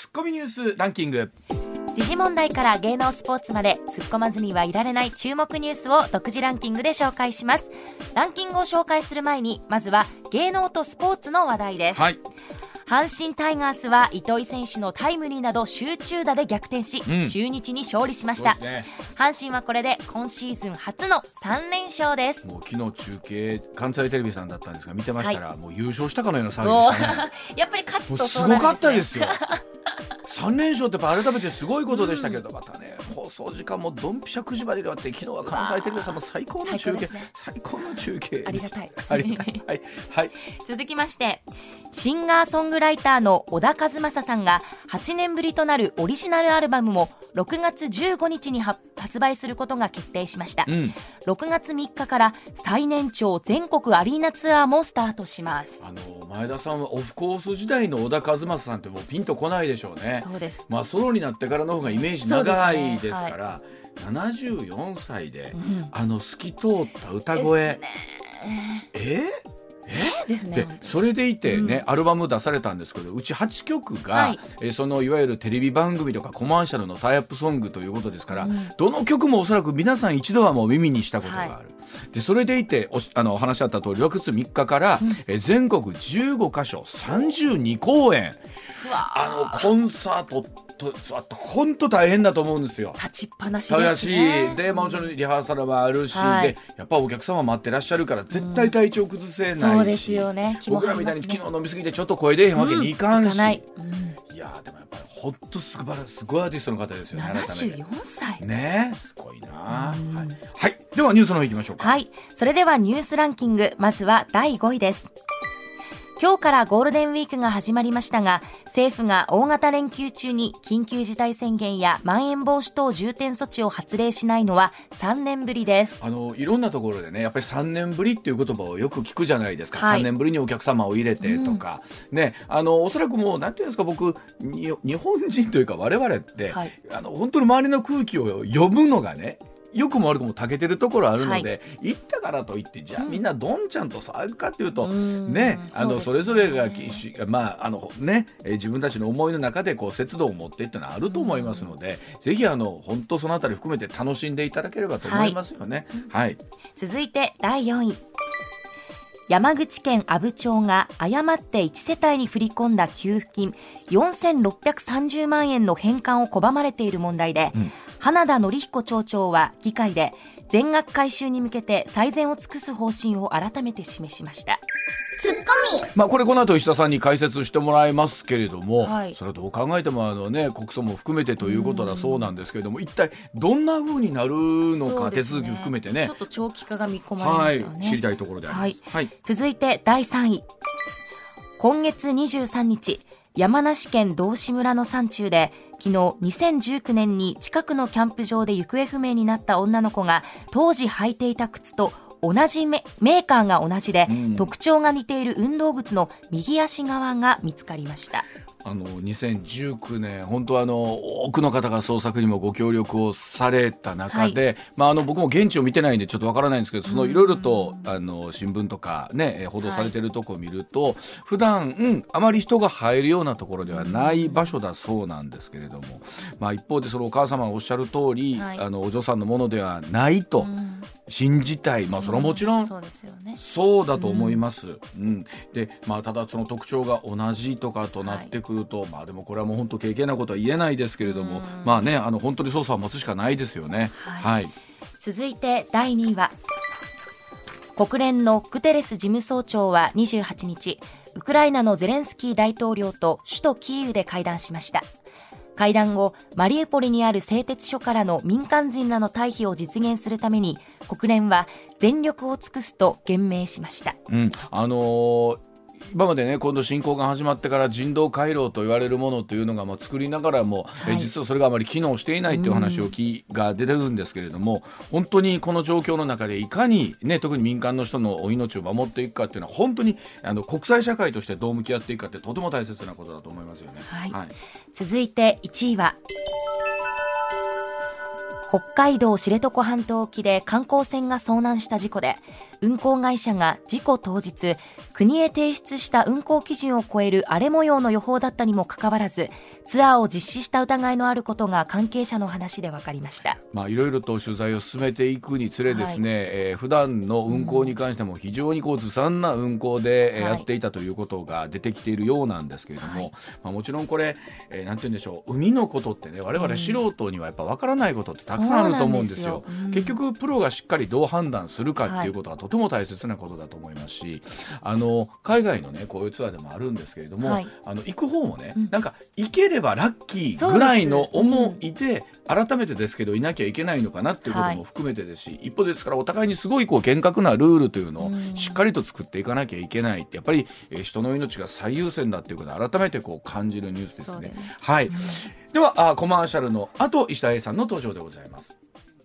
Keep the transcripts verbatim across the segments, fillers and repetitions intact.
ッコミニュースランキング。 時事問題から芸能スポーツまで突っ込まずにはいられない注目ニュースを独自ランキングで紹介します。ランキングを紹介する前にまずは芸能とスポーツの話題です、 はい、 阪神タイガースは糸井選手のタイムリーなど集中打で逆転し、うん、中日に勝利しました、ね、阪神はこれで今シーズン初のさん連勝です。 もう昨日中継関西テレビさんだったんですが見てましたら、はい、もう優勝したかのような騒ぎでしたねやっぱり勝つとそうなるんですね。 すごかったですよさん連勝ってやっぱ改めてすごいことでしたけど、うん、またね放送時間もドンピシャくじまでであって昨日は関西テレビさんも最高の中継、最高、ね、最高の中継ありがたいありがたい、はいはい、続きましてシンガーソングライターの小田和正さんがはちねんぶりとなるオリジナルアルバムもろくがつじゅうごにちに発売することが決定しました、うん、ろくがつみっかから最年長全国アリーナツアーもスタートします。 あの前田さんはオフコース時代の小田和正さんってもうピンとこないでしょうね。 そうです、 まあ、ソロになってからの方がイメージ長いですから、はい、ななじゅうよんさいで、うん、あの透き通った歌声ええですね、 でそれでいてね、うん、アルバム出されたんですけどうちはちきょくが、はい、えそのいわゆるテレビ番組とかコマーシャルのタイアップソングということですから、うん、どの曲もおそらく皆さん一度はもう耳にしたことがある、はい、でそれでいておあのお話あった通りろくがつみっかから、うん、え全国じゅうごかしょさんじゅうにこうえんあのコンサートと本当大変だと思うんですよ。 立ちっぱなしですね。 でもちろんリハーサルもあるし、はい、でやっぱお客様待ってらっしゃるから絶対体調崩せないし、 うん、そうですよね。 僕らみたいに昨日飲みすぎてちょっと声出へんわけにいかんし、うんいうん、いやでもやっぱり本当すごいすごいアーティストの方ですよね。 ななじゅうよんさいねすごいな、はい、はい、ではニュースの方行きましょうか。 はい、それではニュースランキングまずはだいごいです。今日からゴールデンウィークが始まりましたが政府が大型連休中に緊急事態宣言やまん延防止等重点措置を発令しないのはさんねんぶりです。 あのいろんなところでねやっぱりさんねんぶりっていう言葉をよく聞くじゃないですか、はい、さんねんぶりにお客様を入れてとか、うんね、あのおそらくもうなんていうんですか僕に日本人というか我々って、はい、あの本当に周りの空気を読むのがねよくも悪くも長けてるところあるので、はい、行ったからといってじゃあみんなどんちゃんと騒ぐかっていうと、うん、ねあの そ, ねそれぞれが、まああのね、え自分たちの思いの中でこう節度を持っていってのはあると思いますので、うん、ぜひあの本当そのあたり含めて楽しんでいただければと思いますよね、はいはい、 続いてだいよんい山口県阿武町が誤っていちせたいに振り込んだ給付金よんせんろっぴゃくさんじゅうまんえんの返還を拒まれている問題で、うん花田典彦町長は議会で全額回収に向けて最善を尽くす方針を改めて示しました。 ツッコミ、 まあ、これこの後石田さんに解説してもらいますけれども、はい、それはどう考えてもあの、ね、国葬も含めてということだそうなんですけれども一体どんな風になるのか、ね、手続き含めてねちょっと長期化が見込まれますよね、 はい、知りたいところであります、 はいはい、続いてだいさんい今月にじゅうさんにち山梨県道志村の山中で昨日にせんじゅうきゅうねんに近くのキャンプ場で行方不明になった女の子が当時履いていた靴と同じ メ, メーカーが同じで、うん、特徴が似ている運動靴の右足側が見つかりました。 あのにせんじゅうきゅうねん本当はあの多くの方が捜索にもご協力をされた中で、はいまあ、あの僕も現地を見てないんでちょっとわからないんですけどそのいろいろとあの新聞とか、ね、報道されているところを見ると、はい、普段、うん、あまり人が入るようなところではない場所だそうなんですけれども、まあ、一方でそのお母様がおっしゃる通り、はい、あのお嬢さんのものではないと信じたい、まあ、それはもちろん、うん、そうですよね、そうだと思います、うんうんでまあ、ただその特徴が同じとかとなってくると、はいまあ、でもこれはもう本当軽々なことは言えないですけれども、まあね、あの本当に捜査を待つしかないですよね、はいはい、 続いてだいにいは国連のグテレス事務総長はにじゅうはちにちウクライナのゼレンスキー大統領と首都キーウで会談しました。会談後マリウポリにある製鉄所からの民間人らの退避を実現するために国連は全力を尽くすと言明しました、 うんあのー今までね今度侵攻が始まってから人道回廊と言われるものというのがまあ作りながらも、はい、え実はそれがあまり機能していないという話をきが出てるんですけれども本当にこの状況の中でいかに、ね、特に民間の人のお命を守っていくかというのは本当にあの国際社会としてどう向き合っていくかってとても大切なことだと思いますよね、 はいはい、続いていちいは北海道知床半島沖で観光船が遭難した事故で運航会社が事故当日国へ提出した運航基準を超える荒れ模様の予報だったにもかかわらずツアーを実施した疑いのあることが関係者の話で分かりました。 まあ、いろいろと取材を進めていくにつれですね、はい、えー、普段の運航に関しても非常にこうずさんな運航で、うん、やっていたということが出てきているようなんですけれども、はい、まあ、もちろんこれ、えー、なんて言うんでしょう、海のことってね、我々素人にはやっぱ分からないことってたくさんあると思うんですよ。うん、結局プロがしっかりどう判断するかっていうことがとても大切なことだと思いますし、はい、あの海外のねこういうツアーでもあるんですけれども、はい、あの行く方もね、うん、なんか行ければラッキーぐらいの思いで、うん、改めてですけどいなきゃいけないのかなっていうことも含めてですし、はい、一方ですからお互いにすごいこう厳格なルールというのをしっかりと作っていかなきゃいけないって、やっぱり、えー、人の命が最優先だっていうことを改めてこう感じるニュースですね。はい、うん、ではあコマーシャルの後石田 A さんの登場でございます。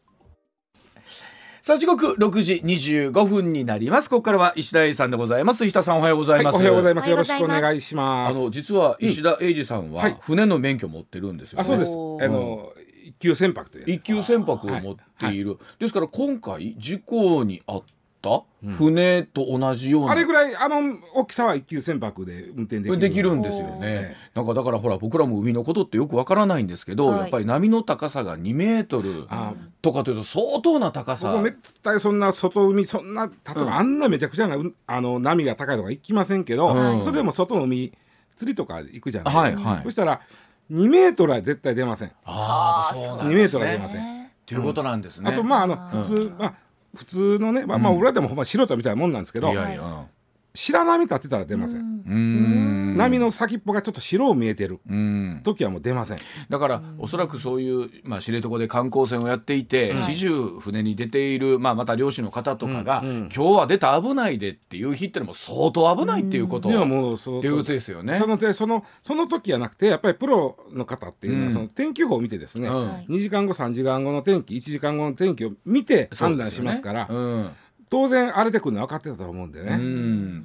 さあ時刻ろくじにじゅうごふんになります。ここからは石田英二さんでございます。石田さんおはようございます。 はい、おはようございます。よろしくお願いします。 あの実は石田英二さんは船の免許を持ってるんですよね。 あ、そうです。あの一級船舶という一級船舶を持っている、はいはい、ですから今回事故に遭った船と同じような、うん、 あれぐらいあの大きさは一級船舶で運転できるできるんですよね。なんかだからほら僕らも海のことってよくわからないんですけど、はい、やっぱり波の高さがにメートルとかというと相当な高さ。 僕めったにそんな外海そんな例えば、うん、あんなめちゃくちゃなあの波が高いとか行きませんけど、うん、それでも外の海釣りとか行くじゃないですか、はいはい、そしたらにメートルは絶対出ません。 ああ、そうなんですね。 にメートルは出ませんということなんですね。 あとまああの普通、うん、まあ普通のね、まあ、まあ俺らでもほんま素人みたいなもんなんですけど、うん、いやいや白波立ってたら出ません。うーん、波の先っぽがちょっと白見えてる時はもう出ません。 だからおそらくそういう、まあ、知床で観光船をやっていて、うん、始終船に出ている、まあ、また漁師の方とかが、うんうん、今日は出た危ないでっていう日ってのも相当危ないっていうこと、うん、もうそうっていうことですよね。 そのそのその時はなくてやっぱりプロの方っていうのは、うん、その天気予報を見てですね、うん、にじかんごさんじかんごの天気いちじかんごの天気を見て判断しますから、当然荒れてくるのは分かってたと思うんでね。うん、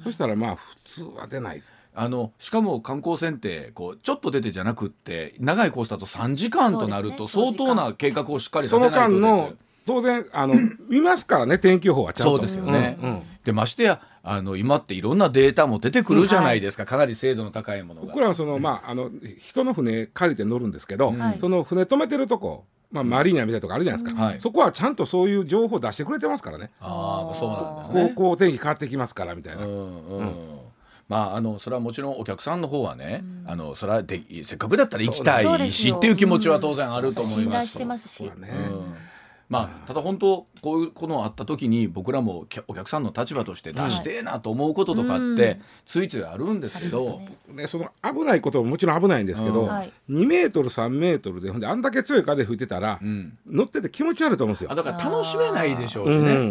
そしたらまあ普通は出ないです。 あのしかも観光船ってこうちょっと出てじゃなくって長いコースだとさんじかんとなると相当な計画をしっかり立てないとですよ。 その間の当然あの見ますからね天気予報はちゃんと。 そうですよね。うんうん、でましてやあの今っていろんなデータも出てくるじゃないですか、うん、はい、かなり精度の高いものが。 僕らはその、まあ、あの人の船借りて乗るんですけど、うん、その船止めてるとこ、まあ、マリーナみたいなとこあるじゃないですか、うん、そこはちゃんとそういう情報出してくれてますからね。 ああ、そうなんですね。 こう、こう天気変わってきますからみたいな、うんうんうん、 まあ、あのそれはもちろんお客さんの方はね、うん、あのそれはでせっかくだったら行きたいしっていう気持ちは当然あると思います。 信頼してますし、 そうだね、うん、まあ、ただ本当こういうことがあった時に僕らもお客さんの立場として出してえなと思うこととかってついついあるんですけど、 うん、ね、その危ないことももちろん危ないんですけど、うん、にメートルさんメートルでほんであんだけ強い風吹いてたら、うん、乗ってて気持ち悪いと思うんですよ。 だから楽しめないでしょうしね、うんうん、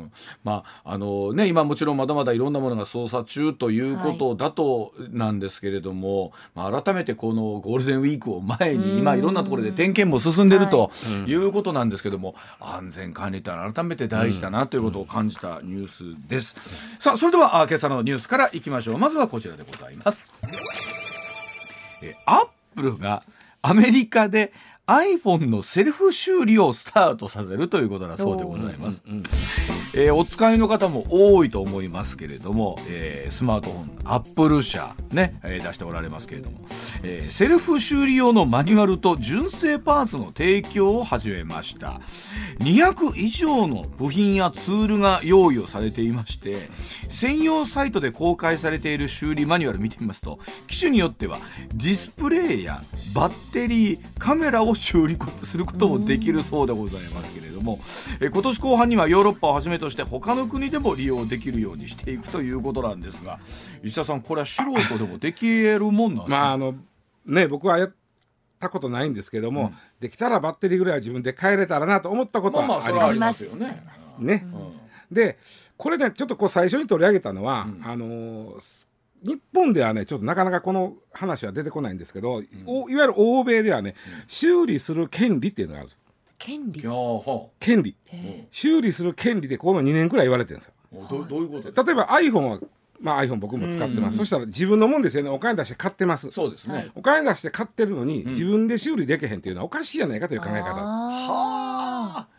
まああのね、今もちろんまだまだいろんなものが捜査中ということだとなんですけれども、はい、まあ、改めてこのゴールデンウィークを前に今いろんなところで点検も進んでるということなんですけども、安全管理って改めて大事だなということを感じたニュースです、うん、さあそれでは今朝のニュースからいきましょう。まずはこちらでございます。えアップルがアメリカで iPhone のセルフ修理をスタートさせるということだそうでございます、うんうんうん、えー、お使いの方も多いと思いますけれども、えー、スマートフォンアップル社、ね、えー、出しておられますけれども、えー、セルフ修理用のマニュアルと純正パーツの提供を始めました。にひゃく以上の部品やツールが用意をされていまして、専用サイトで公開されている修理マニュアル見てみますと、機種によってはディスプレイやバッテリー、カメラを修理することもできるそうでございますけれども、え今年後半にはヨーロッパをはじめとして他の国でも利用できるようにしていくということなんですが、石田さん、これは素人でもできるもんなんですか？ まああのね、僕はやったことないんですけども、うん、できたらバッテリーぐらいは自分で変えれたらなと思ったことはありますよね。ね、うん、でこれねちょっとこう最初に取り上げたのは、うん、あのー日本ではねちょっとなかなかこの話は出てこないんですけど、うん、いわゆる欧米ではね、うん、修理する権利っていうのがあるんです。 権利権利修理する権利でこのにねんくらい言われてるんですよ。 ど, どういうこと？ 例えば iPhone は、まあ、iPhone 僕も使ってます、うん、そしたら自分のもんですよね。お金出して買ってます。 そうですね。 お金出して買ってるのに、うん、自分で修理できへんっていうのはおかしいじゃないかという考え方。 はあ、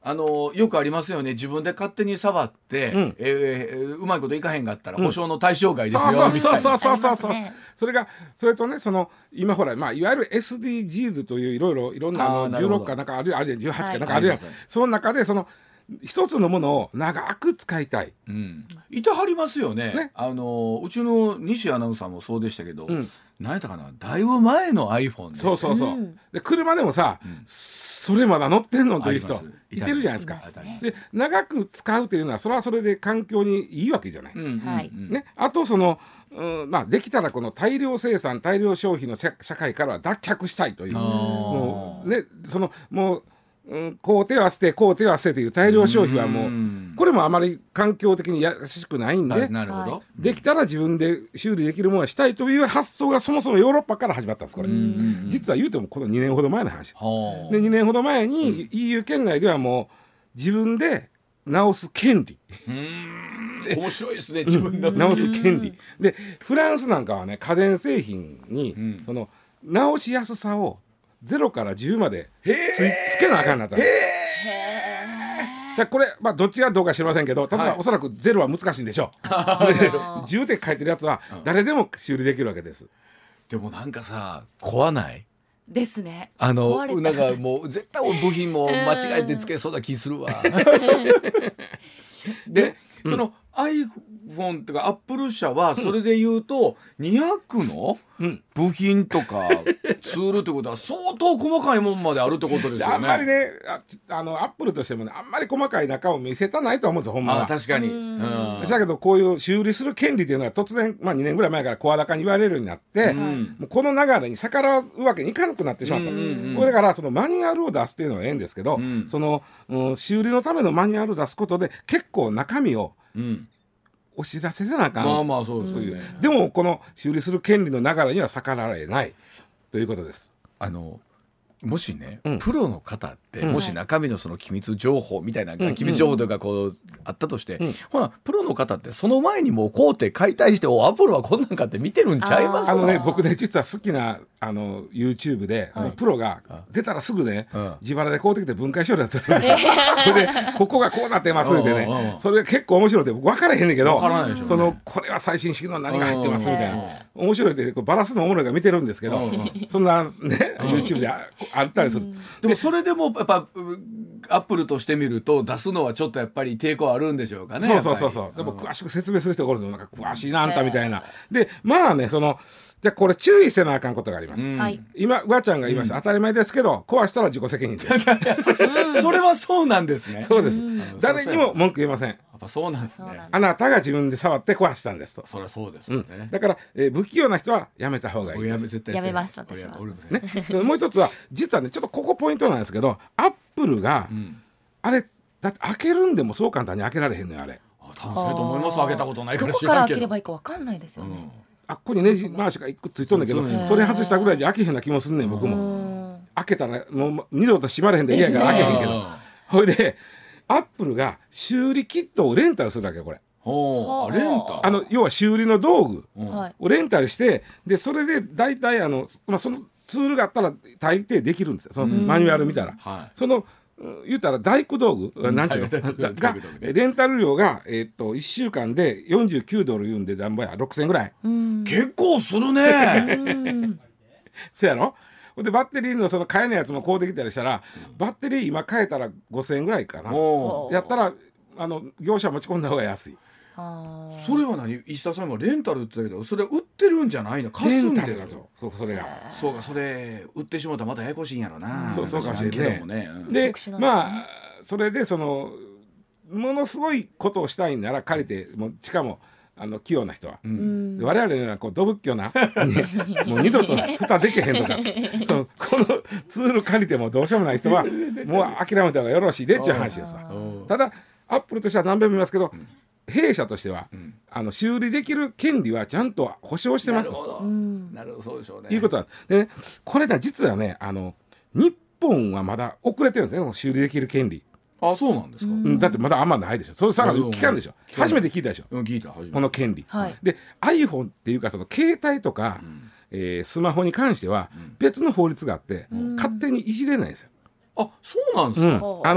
あのよくありますよね。自分で勝手に触って、うんえー、うまいこといかへんかったら保証の対象外ですよ、うん、 そうそうそうそうそうそう、ね、それがそれとねその今ほら、まあ、いわゆる エスディージーズ といういろいろいろんなあのじゅうろっかなんかあるあるじゅうはちかなんかあるやん、はい、その中でその一つのものを長く使いたい、 うん、いてはりますよ ね, ねあのうちの西アナウンサーもそうでしたけど、うん、何やったかなだいぶ前の iPhone でそうそうそう、うん、で車でもさ、うん、それまだ乗ってんのという人いてるじゃないですか。で長く使うというのはそれはそれで環境にいいわけじゃない、うんうんうんね、あとその、うんまあ、できたらこの大量生産大量消費の社会からは脱却したいというもう、ね、そのもううん、こう手は捨てこう手は捨てという大量消費はもうこれもあまり環境的に優しくないんで、 なるほど、 できたら自分で修理できるものはしたいという発想がそもそもヨーロッパから始まったんです。これ実は言うてもこのにねんほど前の話で、にねんほど前に イーユー 圏内ではもう自分で直す権利うん面白いですね。自分で直す権利でフランスなんかはね家電製品に、うん、その直しやすさをゼロからじゅうまでつ, つけなあかんなったの。これ、まあ、どっちがどうか知りませんけど例えば、はい、おそらくゼロは難しいんでしょうじゅうって書いてるやつは誰でも修理できるわけです。 でもなんかさ怖ないですね。 あのなんかもう絶対部品も間違えてつけそうな気するわで、うん、その iPhone っていうかアップル社はそれで言うとにひゃくの部品とかツールってことは相当細かいもんまであるってことですよね。 あんまりね あ, あのアップルとしてもねあんまり細かい中を見せたないと思うんですよほんまは。 あ確かに。うんだけどこういう修理する権利っていうのは突然、まあ、にねんぐらい前から声高に言われるようになって、うん、もうこの流れに逆らうわけにいかなくなってしまった、うんうんうん、これだからそのマニュアルを出すっていうのはええんですけど、うん、その、うん、修理のためのマニュアルを出すことで結構中身を、うん押し出せなあかん。 まあまあそうですね。 いうでもこの修理する権利の流れには逆らわれないということです。 あのもしね、うん、プロの方って、うん、もし中身のその機密情報みたいな、うん、機密情報とかこう、うん、あったとして、うん、ほらプロの方ってその前にもうこうて解体しておアップルはこんなんかって見てるんちゃいますか。 あのね僕ね実は好きなあの YouTube で、はい、そのプロが出たらすぐね、うん、自腹でこうてきて分解処理やってるんですよ、それでここがこうなってますってねそれ結構面白いって僕分からへんねんけど分からないでしょうね、 そのこれは最新式の何が入ってますみたいな面白いってバラすのおもろいから見てるんですけどそんなね YouTube で あ, あったりする。 でもそれでもやっぱアップルとしてみると出すのはちょっとやっぱり抵抗あるんでしょうかね。 そうそうそうそう。でも詳しく説明する人がおるとなんか詳しいなあんたみたいな。でまあねそのじゃあこれ注意せなあかんことがあります、うん、今うわちゃんが言いました、うん、当たり前ですけど壊したら自己責任ですそれはそうなんですね。 そうです、うん、誰にも文句言えません。 やっぱそうなんですね。 あなたが自分で触って壊したんですと。 そりゃそうですよね、 うん、だから、えー、不器用な人はやめた方がいいです。 やめます私は、 ね、もう一つは実はねちょっとここポイントなんですけどアップルが、うん、あれだって開けるんでもそう簡単に開けられへんのよあれ。 あ多分そうと思います。開けたことないから知らんけどどこから開ければいいか分かんないですよね、うんあっこにネジ回しがいくついとんだけど そ, それ外したぐらいで開けへんな気もすんねん僕も。開けたらもう二度と閉まれへんで嫌やから開けへんけどほいでアップルが修理キットをレンタルするわけよこれ。 あレンタあの要は修理の道具をレンタルしてでそれで大体あの、まあ、そのツールがあったら大抵できるんですよそのマニュアル見たら、はい、その言うたら大工道具、うん、なんちゅうのがレンタル料が、えー、っといっしゅうかんでよんじゅうきゅうドル言うんでなんぼやろくせんえんぐらい。 結構するねそやろ。でバッテリーのその替えのやつもこうできたりしたらバッテリー今替えたらごせんえんぐらいかなやったらあの業者持ち込んだ方が安い。 あそれは何石田さんもレンタルって言ったけどそれ売ってるんじゃないの貸すんですよ。 そうそれがそうかそれ売ってしまったらまたややこしいんやろな。 そうそうかもしれないけどもね、 うん、 でまあそれでそのものすごいことをしたいんなら借りてもしかもあの器用な人は、うん、我々のようなこうどぶっきょなもう二度と蓋できへんとかそのこのツール借りてもどうしようもない人はもう諦めた方がよろしいでっていう話ですわ。ただアップルとしては何べんも言いますけど、うん弊社としては、うん、あの修理できる権利はちゃんと保証してますと。 なるほど、うん、なるほどそうでしょうね。 いうことなんで、ね、これね実はねあの日本はまだ遅れてるんですね修理できる権利。 あそうなんですか、うん、 だってまだあんまないでしょ。それさら聞かんでしょ。初めて聞いたでしょ、 うん、聞いた初めてこの権利、 はい、 で iPhone っていうかその携帯とか、うんえー、スマホに関しては別の法律があって、うん、勝手にいじれないんですよ。 あそうなんですか、 うん、あの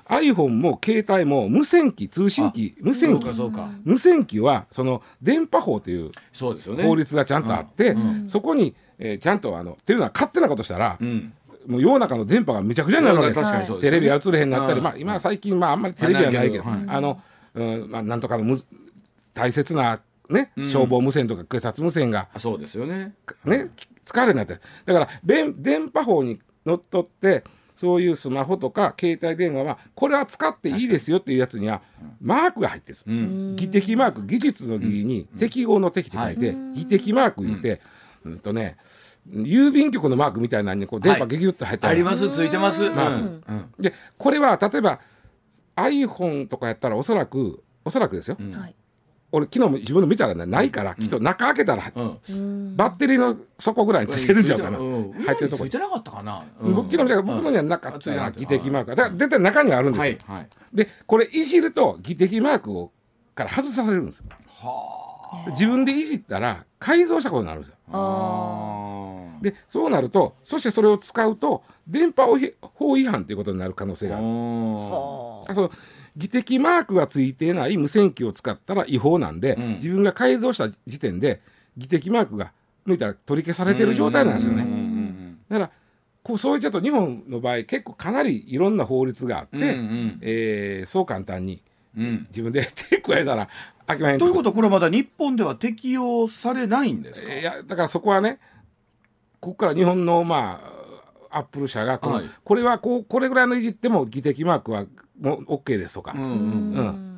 iPhone も携帯も無線機通信機無線機無線機はその電波法という法律がちゃんとあって、うんうん、そこに、えー、ちゃんとあのっていうのは勝手なことしたら、うん、もう世の中の電波がめちゃくちゃになるわけです。はい、テレビは映れへんなったり、まあ、今最近、まあ、あんまりテレビはないけど、はい、あの、うんまあ、なんとかのむ大切な、ね、消防無線とか警察無線が、 うん、そうですよね、 ね、使われるようになってだから電波法にのっとってそういうスマホとか携帯電話はこれは使っていいですよっていうやつにはマークが入ってるんです、うん、技的マーク技術の技に適合の適って書いて、うん、技的マーク入れて、うんうんとね、郵便局のマークみたいなのにこう電波ギュギュッと入って、 はい、ありますついてます、まあうんうん、でこれは例えば iPhone とかやったらおそらくおそらくですよ、うん、俺昨日も自分の見たら、ね、ないから、うん、きっと中開けたら、うん、バッテリーの底ぐらいについてるんちゃうかな、うん、 入ってるところついてなかったかな、 うん、僕昨日見たら僕のにはなかったら技的マークだから絶対中にはあるんですよ、はいはい、でこれいじると技的マークをから外されるんですよ。はあ、自分でいじったら改造したことになるんですよ。あでそうなるとそしてそれを使うと電波法違反ということになる可能性がある。はあ、その技的マークがついていない無線機を使ったら違法なんで、うん、自分が改造した時点で技的マークが抜いたら取り消されてる状態なんですよね。だからこうそういったと日本の場合結構かなりいろんな法律があって、うんうんえー、そう簡単に自分で手加えたらあきまへんということはこれまだ日本では適用されないんですか。 いやだからそこはねここから日本のまあアップル社がこの、はい、これはこうこれぐらいのいじっても技的マークはもう OK ですとか、うんうんうん、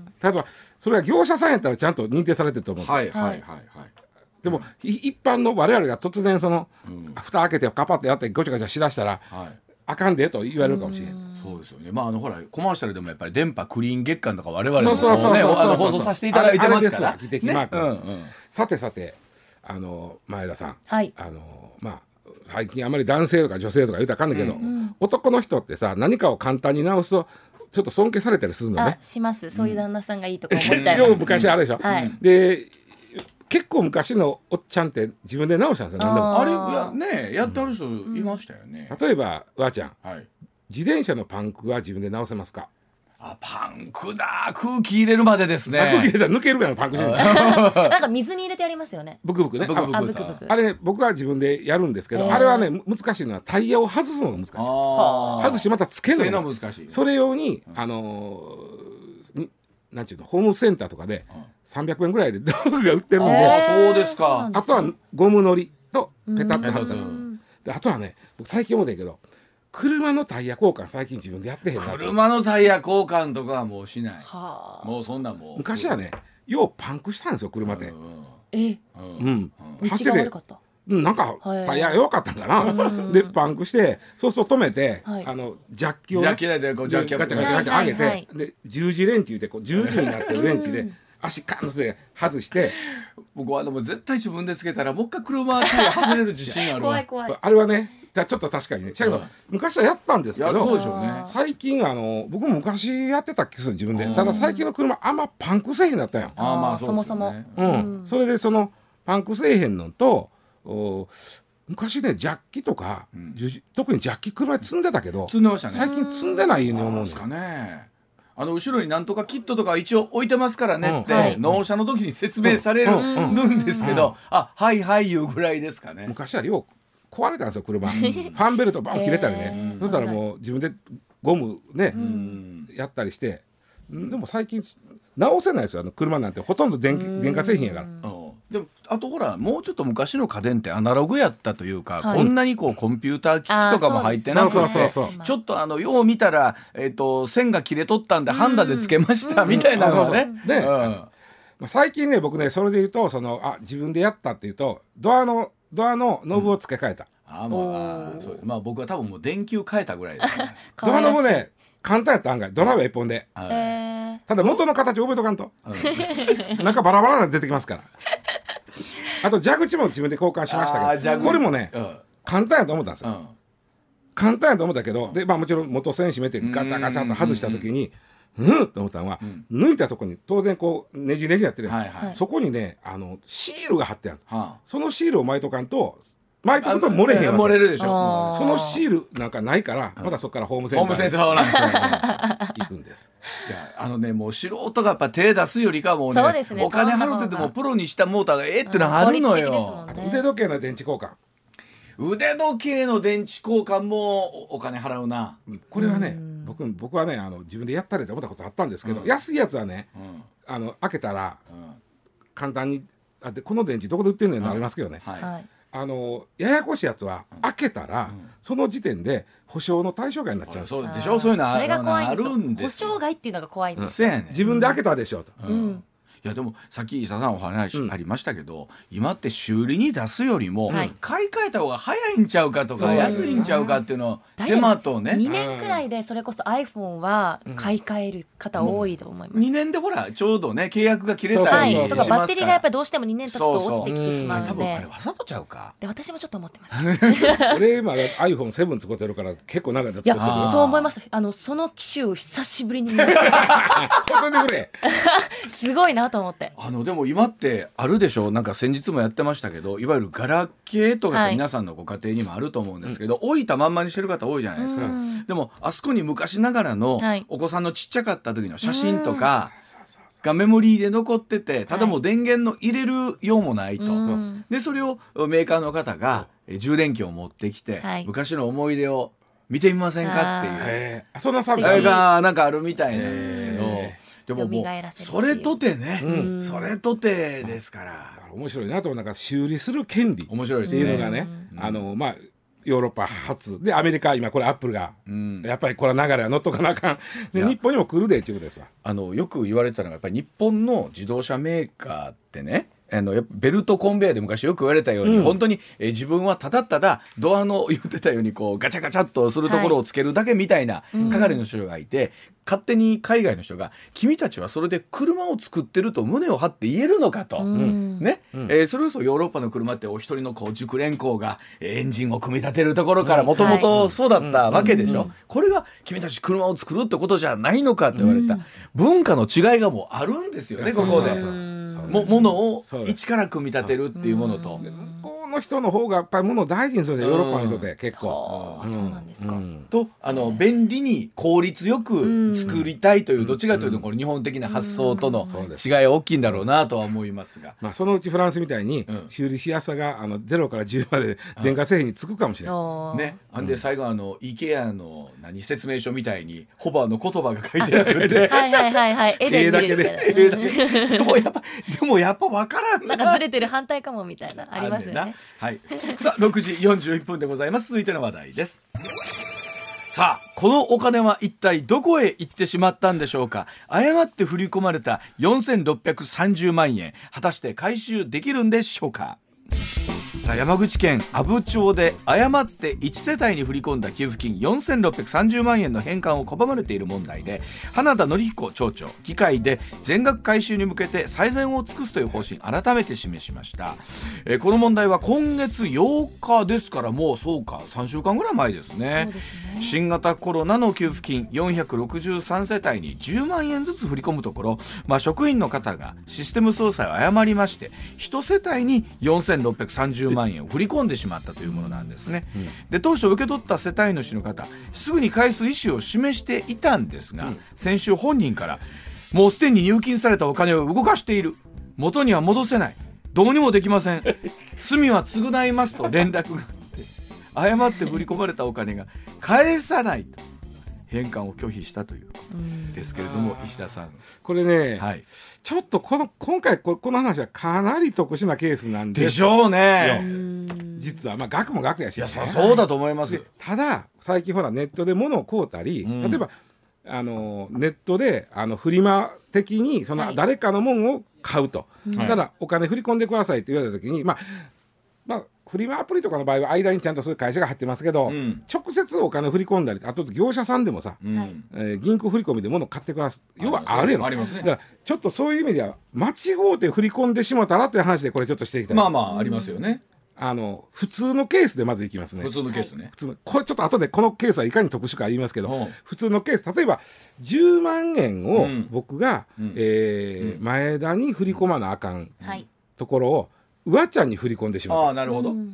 例えばそれが業者さんやったらちゃんと認定されてると思うんですよ。はいはいはいはい、でも、うん、一般の我々が突然その、うん、蓋開けてカパッてやってごちゃごちゃしだしたら、はい、あかんでと言われるかもしれない。 そうですよね。まああのほらコマーシャルでもやっぱり電波クリーン月間とか我々もね放送させていただいてますから。 技的マーク、ねうんうん、さてさてあの前田さん、はい、あのまあ最近あまり男性とか女性とか言うたらあかんだけど、うんうん、男の人ってさ何かを簡単に直すとちょっと尊敬されたりするのね。 あしますそういう旦那さんがいいとか思っちゃいます、ね、 よう昔あるでしょ、うんはい、で結構昔のおっちゃんって自分で直したんですよ。何でもあれやねやってある人いましたよね、 うん、例えばわーちゃん、はい、自転車のパンクは自分で直せますか。 あパンクだ空気入れるまでですね。 空気入れたら抜けるからパンクしてるなんか水に入れてやりますよね。 ブクブクね。 ブクブクあ、ブクブクあれね僕は自分でやるんですけど、えー、あれはね難しいのはタイヤを外すのが難しい。外してまたつけるのが難しい。難しいそれ用に、うん、あのー、なんちゅうのホームセンターとかでさんびゃくえんぐらいで道具が売ってるので、 えー、そうですか。 あとはゴムのりとペタッと貼ったであとはね僕最近思うんだけど車のタイヤ交換最近自分でやってへんな。 車のタイヤ交換とかはもうしない。はもうそんなもう昔はねようパンクしたんですよ車で。 えうん走っててなんかタイヤ弱かったんかなでパンクしてそうそう止めて、はい、あのジャッキを、ね、 ジャッキでこうジャッキをガチャガチャガチャ上げて、はいはい、で十字レンチでこう十字になってるレンチで足カンって外して僕はでも絶対自分でつけたらもう一回車タイヤ外れる自信あるわ怖い怖い。 あれはねちょっと確かにねだけど、うん、昔はやったんですけどそうでしょう、ね、 最近あの僕も昔やってた気がする自分で。ただ最近の車あんまパンクせえへんだったやん。 あまあそもそも、 うんうん、それでそのパンクせえへんのと昔ねジャッキとか、うん、特にジャッキ車に積んでたけど積んでました、ね、 最近積んでないように思うんですかね。あの後ろになんとかキットとか一応置いてますからねって、うんはい、納車の時に説明されるんですけど、あはいはいいうぐらいですかね。 昔はよう壊れたんですよ車ファンベルトバン切れたりね、そしたらもう自分でゴムね、うん、やったりしてでも最近直せないですよ。あの車なんてほとんど 電, 電化製品やから。 でもあとほらもうちょっと昔の家電ってアナログやったというか、はい、こんなにこうコンピューター機器とかも入ってなくてちょっとあのよう見たら、えー、と線が切れとったんでハンダでつけましたみたいなのがね。で、うんまあ、最近ね僕ねそれで言うとそのあ自分でやったっていうとドアのドアのノブを付け替えた、うん、あまあそうまあ僕は多分もう電球変えたぐらいですねドアノブね簡単やった案外ドライブ一本で、はい、ただ元の形覚えとかんと、うん、なんかバラバラなの出てきますからあと蛇口も自分で交換しましたけどこれもね、うん、簡単やと思ったんですよ、うん、簡単やと思ったけどで、まあ、もちろん元栓閉めてガチャガチャと外した時にうんと思ったのは、うん、抜いたとこに当然こうねじねじやってる、はいはい、そこにねあのシールが貼ってある、はあ、そのシールを巻いとかんと巻いたことは漏れへんわけ。 漏れるでしょ。 そのシールなんかないから、まだそこからホームセンターホームセンターなんですよ行くんです。 いやあのねもう素人がやっぱ手出すよりかもう ね, そうですね、 お金払っててもプロにしたモーターがええってのはあるのよ、 うんね、 腕時計の電池交換腕時計の電池交換もお金払うな。 これはね、僕, 僕はねあの自分でやったりと思ったことあったんですけど、うん、安いやつはね、うん、あの開けたら、うん、簡単にあでこの電池どこで売ってんのよなりますけどね、うんはい、あのややこしいやつは、うん、開けたら、うん、その時点で保証の対象外になっちゃう。 そうでしょ。そういうのそれが怖いんですよ。 あるんです保証外っていうのが怖いんです、 うん、 自分で開けたでしょと、 うんうんいやでもさっき伊佐さんお話ありましたけど、うん、今って修理に出すよりも、はい、買い替えた方が早いんちゃうかとか安いんちゃうかっていうのを手間とねにねんくらいでそれこそ iPhone は買い替える方多いと思います、うん、 にねんでほらちょうどね契約が切れたりしますから、 はい、とかバッテリーがやっぱりどうしてもにねん経つと落ちてきてしまうので、 多分あれわざとちゃうかで私もちょっと思ってます俺今 アイフォンセブン 使ってるから結構長いやつ使ってる。 いやそう思いました。あのその機種を久しぶりに見ました本当にくれすごいなと思って。 あのでも今ってあるでしょ。なんか先日もやってましたけどいわゆるガラケーとかって皆さんのご家庭にもあると思うんですけど、はい、置いたまんまにしてる方多いじゃないですか。でもあそこに昔ながらのお子さんのちっちゃかった時の写真とかがメモリーで残ってて、ただもう電源の入れるようもないと、はい、でそれをメーカーの方が充電器を持ってきて、はい、昔の思い出を見てみませんかっていう、 そんなサービスがなんかあるみたいなんですけど、でももうそれとてね、うん、それとてですから、 面白いなと。なんか修理する権利っていうのがね、あのまあヨーロッパ初でアメリカ今これアップルが、うん、やっぱりこれは流れは乗っとかなあかんで日本にも来るでっていうことですわ。 あのよく言われたのがやっぱり日本の自動車メーカーってね、あのベルトコンベヤーで昔よく言われたように、うん、本当に、えー、自分はただただドアの言ってたようにこうガチャガチャっとするところをつけるだけみたいな係の人がいて、はい、勝手に海外の人が君たちはそれで車を作ってると胸を張って言えるのかと、うんねうんえー、それこそヨーロッパの車ってお一人のこう熟練工がエンジンを組み立てるところからもともとそうだったわけでしょ。これが君たち車を作るってことじゃないのかって言われた、うん、文化の違いがもうあるんですよね。ここでものを一から組み立てるっていうものと、 向こうの人の方がやっぱりものを大事にするんですよ、ヨーロッパの人って結構。 あ、そうなんですか。 とあの便利に効率よく作りたいという、どちらかというとこの日本的な発想との違いは大きいんだろうなとは思いますが、 まあ、そのうちフランスみたいに修理しやすさがあのゼロからじゅうまで電化製品につくかもしれない、 ね、あんで最後あの IKEA の何説明書みたいにホバーの言葉が書いてあるではいはいはいはい絵で見るみたいなでもやっぱでもやっぱ分からんな、 なんかずれてる反対かもみたいなありますよね。 はい、さあろくじよんじゅういっぷんでございます。続いての話題です。さあこのお金は一体どこへ行ってしまったんでしょうか。誤って振り込まれたよんせんろっぴゃくさんじゅうまんえん、果たして回収できるんでしょうか。さあ山口県阿武町で誤っていち世帯に振り込んだ給付金よんせんろっぴゃくさんじゅうまんえんの返還を拒まれている問題で、花田紀彦町長議会で全額回収に向けて最善を尽くすという方針改めて示しました。えー、この問題は今月ようかですから、もうそうかさんしゅうかんぐらい前ですね。そうですね。新型コロナの給付金よんひゃくろくじゅうさん世帯にじゅうまんえんずつ振り込むところ、まあ、職員の方がシステム操作を誤りましていち世帯によんせんろっぴゃくさんじゅうまんえんを振り込んでしまったというものなんですね。うん、で当初受け取った世帯主の方すぐに返す意思を示していたんですが、うん、先週本人からもうすでに入金されたお金を動かしている、元には戻せない、どうにもできません、罪は償いますと連絡があって誤って振り込まれたお金が返さないと返還を拒否したということですけれども、石田さんこれね、はい、ちょっとこの今回この話はかなり特殊なケースなんですでしょうね。 実はまあ額も額やし、 いやそそうだと思います。 ただ最近ほらネットで物を買うたり、うん、例えばあのネットであのフリマ的にその誰かのものを買うと、はい、だからお金振り込んでくださいって言われた時に、まあまあフリマアプリとかの場合は間にちゃんとそういう会社が入ってますけど、うん、直接お金振り込んだり、あと業者さんでもさ、うんえー、銀行振り込みで物を買ってください、要はあるやろ。 ありますね。 だからちょっとそういう意味では間違うて振り込んでしまったらという話でこれちょっとしていきたい。 まあまあありますよね。 あの普通のケースでまずいきますね。 普通のケースね、 はい、普通のこれちょっと後でこのケースはいかに特殊か言いますけど、うん、普通のケース例えばじゅうまんえんを僕が、うんえーうん、前田に振り込まなあかんところをうわちゃんに振り込んでしまった。 ああなるほど、うん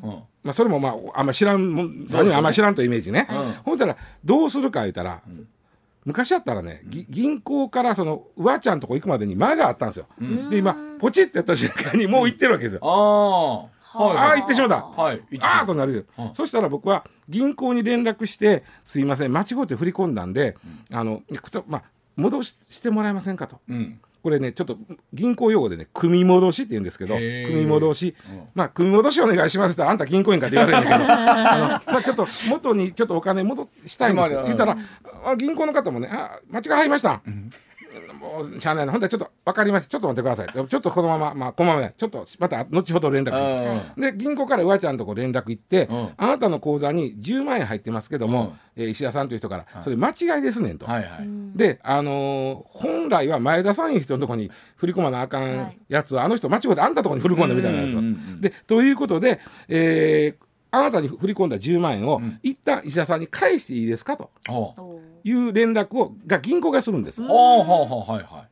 まあ、それもまああんま知らんもん、何もあんま知らんというイメージね、うん、ほんだらどうするか言ったら、うん、昔やったらね、銀行からそのうわちゃんとこ行くまでに間があったんですよ、うん、で今ポチッてやった瞬間にもう行ってるわけですよ、うん、ああ、ああ行ってしまった、はい、ああとなる、うん、そしたら僕は銀行に連絡してすいません間違って振り込んだんで、うん、あのまあ、戻してもらえませんかと、うん、これねちょっと銀行用語でね組み戻しって言うんですけど、組み戻し、うん、まあ組み戻しお願いしますってあんた銀行員かって言われるんだけどあの、まあ、ちょっと元にちょっとお金戻したいんですけど言ったら銀行の方もねあ間違い入りました、うん、もうしゃあないなほんでちょっと分かりましたちょっと待ってくださいちょっとこのまままあこのままちょっとまた後ほど連絡しで銀行からうわちゃんとこ連絡行って、うん、あなたの口座にじゅうまんえん入ってますけども、うん、えー、石田さんという人からそれ間違いですねんと、はいはい、で、あのー、本来は前田さんいう人のところに振り込まなあかんやつは、はい、あの人間違ってあんたのところに振り込んだみたいなんですよ、うんうんうん、でということで、えーあなたに振り込んだじゅうまんえんを、うん、一旦石田さんに返していいですかという連絡をが銀行がするんです。はあはあはいはい。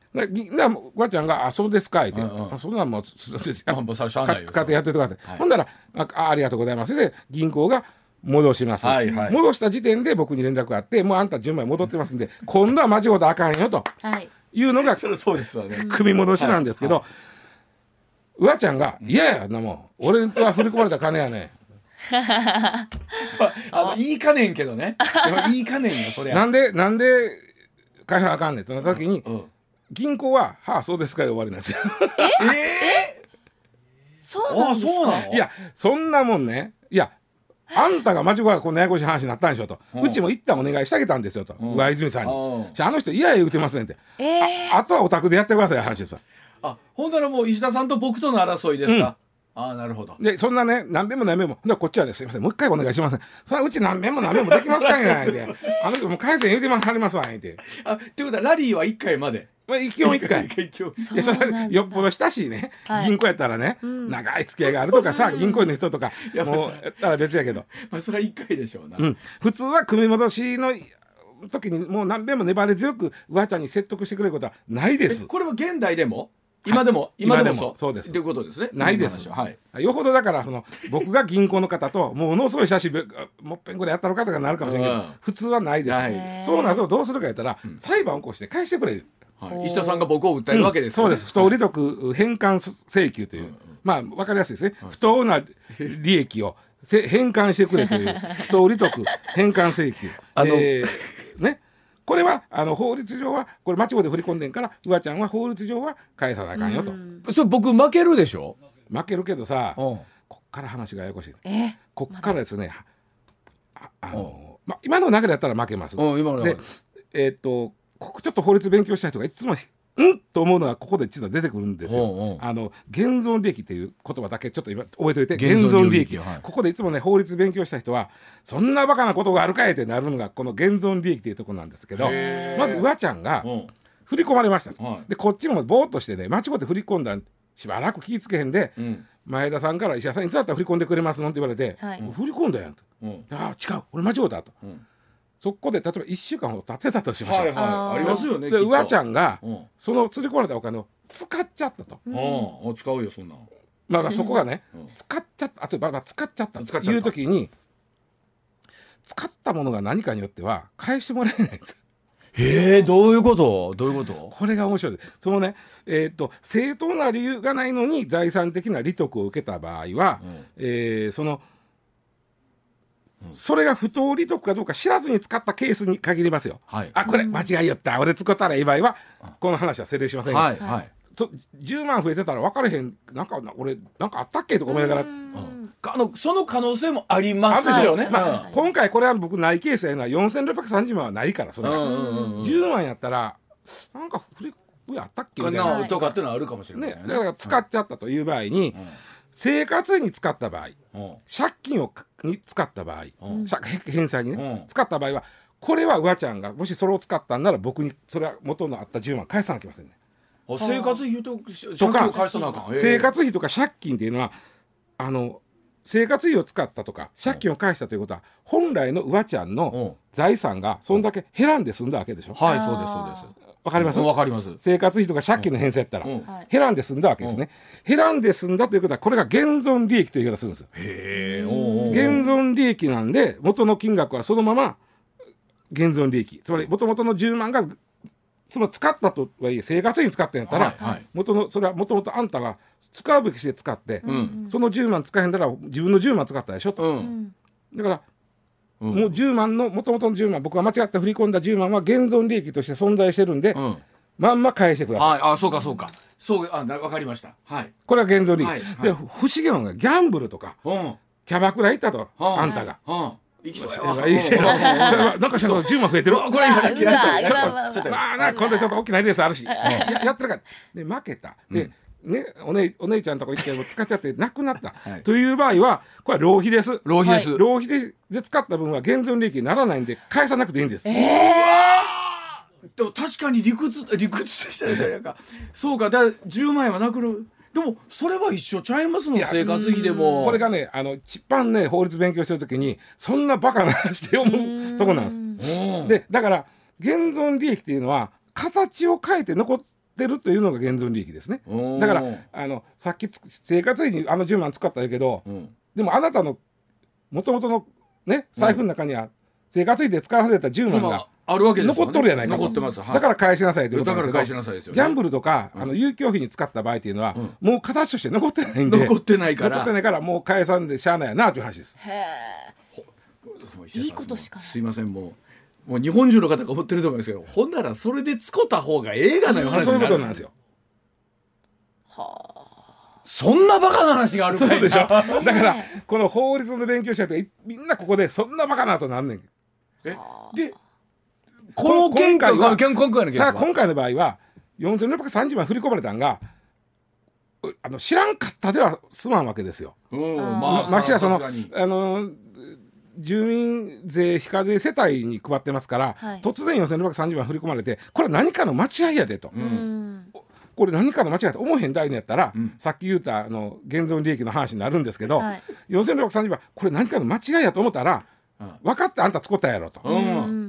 だからわちゃんが「あそうですか」って「うんうん、あそんなんもう買ってやっててください」はい、ほんだらあ「ありがとうございます」で銀行が戻します、はいはい、戻した時点で僕に連絡があって「もうあんたじゅうまんえん戻ってますんで今度は間違うとあかんよ」というのが、はい、そうですよね、組み戻しなんですけど、はいはい、わちゃんが「いやいやなもん俺は振り込まれた金やね」 あのいいかねんけどねでもいいかねんよそれなんでなんで返さなあかんねんってなった時に、うん、銀行は「はあそうですか」で終わりなんですよええそうなんですか。 いやそんなもんねいやあんたが間違いがこんなややこしい話になったんでしょと、うん、うちも一旦お願いしてあげたんですよと、うん、上泉さんに、うん、あの人いやいや言うてますねんって、えー、あ, あとはお宅でやってください話ですよ。 あほんならもう石田さんと僕との争いですか、うん、あなるほど。 でそんなね何遍も何遍もこっちはねすいませんもう一回お願いします、ね、それはうち何遍も何遍もできますかいなってあの人もう返せ言うてもはりますわって。 あってことはラリーはいっかいまで、 まあ、基本いっかいよっぽど親しいね、はい、銀行やったらね、うん、長い付き合いがあるとかさ、うん、銀行員の人とかもうやったら別やけどまあそれはいっかいでしょうな、 うん、普通は組み戻しの時にもう何遍も粘り強くうわちゃんに説得してくれることはないです。 これは現代でも今でも、はい、今でもそうそうですということですね。 ないです、はい、よほどだからその僕が銀行の方とものすごい親しいもっぺんぐらいやったのかとかなるかもしれないけど、うん、普通はないです。そうなるとどうするかやったら、うん、裁判を起こして返してくれる、 はい、石田さんが僕を訴えるわけですよね、うん、そうです。不当利得返還請求という、うん、まあ分かりやすいですね、うん、不当な利益を返還してくれという不当利得返還請求あの、えー、ねこれはあの法律上はこれ間違いで振り込んでんからうわちゃんは法律上は返さなあかんよと。 それ僕負けるでしょ。 負けるけどさこっから話がややこしい、えこっからですねああの、ま、今の流れだったら負けます。今のでえー、っとここちょっと法律勉強した人がいつもうんと思うのがここで実は出てくるんですよ。おうおうあの現存利益っていう言葉だけちょっと今覚えておいて、現存利益、はい、ここでいつもね法律勉強した人はそんなバカなことがあるかいってなるのがこの現存利益っていうところなんですけど、まずうわちゃんが振り込まれました、はい、でこっちもボーっとしてね間違って振り込んだしばらく気ぃつけへんで、うん、前田さんから石田さんにいつだったら振り込んでくれますのって言われて、はい、振り込んだやんと、うん、ああ違う俺間違うたと、うんそこで例えばいっしゅうかんほど経ってたとしましょう、はいはい、ありますよね。でうわちゃんが、うん、その釣り込まれたお金を使っちゃったと、 うん、使うよそんな、 まあ、そこがね、うん、使っちゃったあとば使っちゃったという時に使ったものが何かによっては返してもらえないんです。 へえどういうことどういうことこれが面白いです。そのね、えー、と正当な理由がないのに財産的な利得を受けた場合は、うんえー、そのそれが不当利得かどうか知らずに使ったケースに限りますよ、はい、あこれ間違いよった俺使ったらいい場合はこの話は成立しませんよ、はいはい、じゅうまん増えてたら分かれへんなんか俺なんかあったっけとか思いながら、うん、 あのその可能性もありますよね、 まあ、今回これは僕ないケースやのはよんせんろっぴゃくさんじゅうまんはないからそれが、うんうんうん、じゅうまんやったらなんか振り上あったっけみたいなとかっていうのはあるかもしれないね、 ねだから使っちゃったという場合に、うん生活費に使った場合、うん、借金をに使った場合、うん、返済にね、うん、使った場合はこれはうわちゃんがもしそれを使ったんなら僕にそれは元のあったじゅうまん返さなきゃいけませんね。 生活費と借金を返さなあかん。 生活費とか借金っていうのはあの生活費を使ったとか借金を返したということは、うん、本来のうわちゃんの財産がそんだけ減らんで済んだわけでしょ、 うん、はいそうですそうです。 わかります、 うん、わかります。 生活費とか借金の返済やったら、うん、減らんで済んだわけですね、うん、減らんで済んだということはこれが現存利益という言い方するんですよ。へー現存利益なんで元の金額はそのまま現存利益、つまり元々のじゅうまんがその使ったとはいえ生活費に使ったんやったら、はいはい、元のそれはもともとあんたが使うべきして使って、うん、そのじゅうまん使えへんだら自分のじゅうまん使ったでしょと、うん、だから、うん、もうじゅうまんのもともとのじゅうまん、僕が間違って振り込んだじゅうまんは現存利益として存在してるんで、うん、まんま返してください。 はい、あ、そうかそうか、そう、あ、分かりました、はい、これは現存利益、はいはい、で不思議なのがギャンブルとか、うん、キャバクラ行ったと、うん、あんたが、はい、いきそうやいいせなんかしらじゅうまん増えてる。これ今ちょっとまあ今度ちょっと大きなレースあるしやってるからで負けたでね、お姉お姉ちゃんとか言っても使っちゃってなくなったという場合はこれは浪費です。 浪費です。 浪費でで使った分は現存利益にならないんで返さなくていいんです。えー、でも確かに理屈理屈でしたね。なんかそうか、だじゅうまん円はなくなる。でもそれは一緒ちゃいますの、生活費でも。 これがね、あの一番ね法律勉強してる時にそんなバカな話で読むとこなんです。でだから現存利益っていうのは形を変えて残ってるというのが現存利益ですね。だからあのさっき生活費にあのじゅうまん使ったんやけど、うん、でもあなたのもともとのね財布の中には生活費で使わせたじゅうまんがあるわけですよね。残っとるやないかと。残ってます、はい、だから返しなさいということなんですけど、だから返しなさいですよね。ギャンブルとか、うん、あの遊興費に使った場合っていうのは、うん、もう形として残ってないんで、 残ってないから残ってないからもう返さんでしゃあないやなという話です。へー、いいことしかない。 すいません、もうもう日本中の方が思ってると思いますけど、ほんならそれで使った方が映画の話になる、 そういうことなんですよ。 はあ、そんなバカな話があるかいな。 そうでしょ。だからこの法律の勉強者ってみんなここでそんなバカなとなんねん。 えでこの今回は今回のケースは今回の場合はよんせんろっぴゃくさんじゅうまん振り込まれたんがあの知らんかったでは済まんわけですよ。まあ、ましてやそのあの住民税非課税世帯に配ってますから、はい、突然よんせんろっぴゃくさんじゅうまん振り込まれてこれは何かの間違いやでと、うん、これ何かの間違いやと思えへんだいのやったら、うん、さっき言ったあの現存利益の話になるんですけど、はい、よんせんろっぴゃくさんじゅうまんこれ何かの間違いやと思ったら分かってあんた使ったやろと、うん、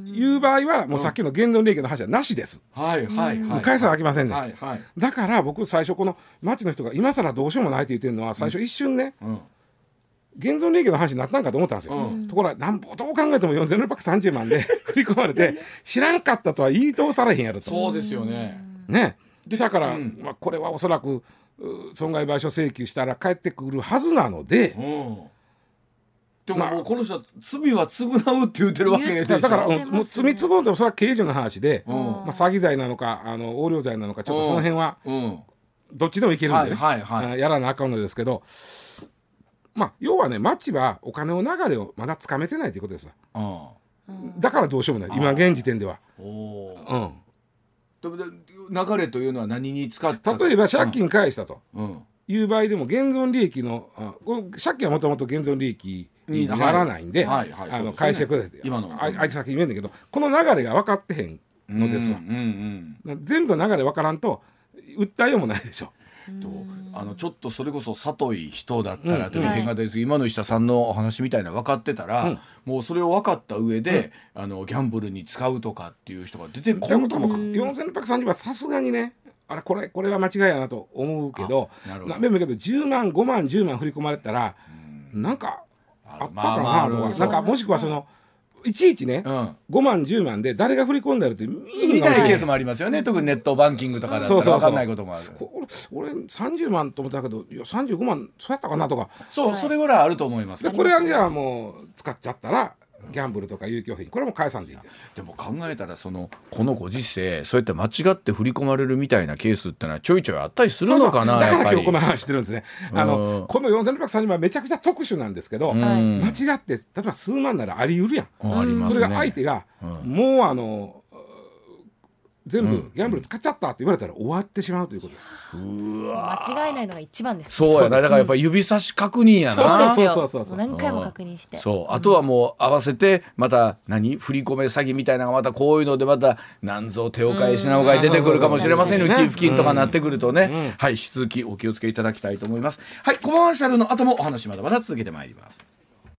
いう場合はもうさっきの現存利益の話はなしです、はいはいはい、返さなきゃいけませんね、はいはい、だから僕最初この町の人が今更どうしようもないって言ってるのは最初一瞬ね、うん、現存利益の話になったんかと思ったんですよ、うん、ところがなんぼどう考えてもよんせんろっぴゃくさんじゅうまんで振り込まれて知らんかったとは言い通されへんやろと。 そうですよね。 ねでだから、うんまあ、これはおそらく損害賠償請求したら返ってくるはずなので、うんでももうこの人は罪は償うって言ってるわけでしょ。 だからもう罪償うってもそれは刑事の話で、うんまあ、詐欺罪なのかあの横領罪なのかちょっとその辺はどっちでもいけるんでね、はいはいはい、やらなあかんのですけど、まあ要はね町はお金の流れをまだつかめてないということですわ、うん、だからどうしようもない今現時点では。お、うん、 流れというのは何に使った例えば借金返したと、うんうんいう場合でも現存利益のあこの借金はもともと現存利益にならないんで返してくださいって相手先に言うんだけどこの流れが分かってへんのですわ、うんうんうん、全部の流れ分からんと訴えようもないでしょ。 とあのちょっとそれこそ里い人だったらという変化です、うん、今の石田さんのお話みたいな分かってたら、うん、もうそれを分かった上で、うん、あのギャンブルに使うとかっていう人が出てこんと思う。 よんせんろっぴゃくさんじゅうまんはさすがにねあれこれこれは間違いやなと思うけど何べんも言うけどじゅうまんごまんじゅうまん振り込まれたらなんかあったかなとか、まあまあ、なんかもしくはそのいちいちね、うん、ごまんじゅうまんで誰が振り込んでるって見ないケースもありますよね。特にネットバンキングとかだったら分かんないこともある。そうそうそう俺さんじゅうまんと思ったけどいやさんじゅうごまんそうやったかなとかそう、はい、それぐらいあると思います。 でこれはじゃあもう使っちゃったらギャンブルとか遊興費これも返さんでいいんです。 でも考えたらそのこのご時世そうやって間違って振り込まれるみたいなケースってのはちょいちょいあったりするのかな。 そうそうだから今日この話してるんですね。あのこのよんせんろっぴゃくさんじゅうまんはめちゃくちゃ特殊なんですけど間違って例えば数万ならあり得るやん、うん、ありますね。それが相手が、うん、もうあの全部ギャンブル使っちゃったって言われたら終わってしまうということです。 うわ間違いないのが一番です。 そうやな。だからやっぱり指差し確認やな。 そうそうそうそう。何回も確認して。 そう。あとはもう合わせてまた何振り込め詐欺みたいなのがまたこういうのでまた何ぞ手を変え品を変え出てくるかもしれませんよ。寄付金とかなってくるとね。はい。引き続きお気をつけいただきたいと思います。はい。コマーシャルの後もお話まだまだ続けてまいります。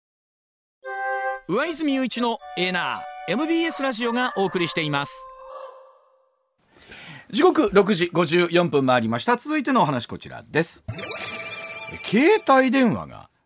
上泉雄一のエーナー エムビーエス ラジオがお送りしています。 時刻ろくじごじゅうよんぷん回りました。続いてのお話こちらです。携帯電話が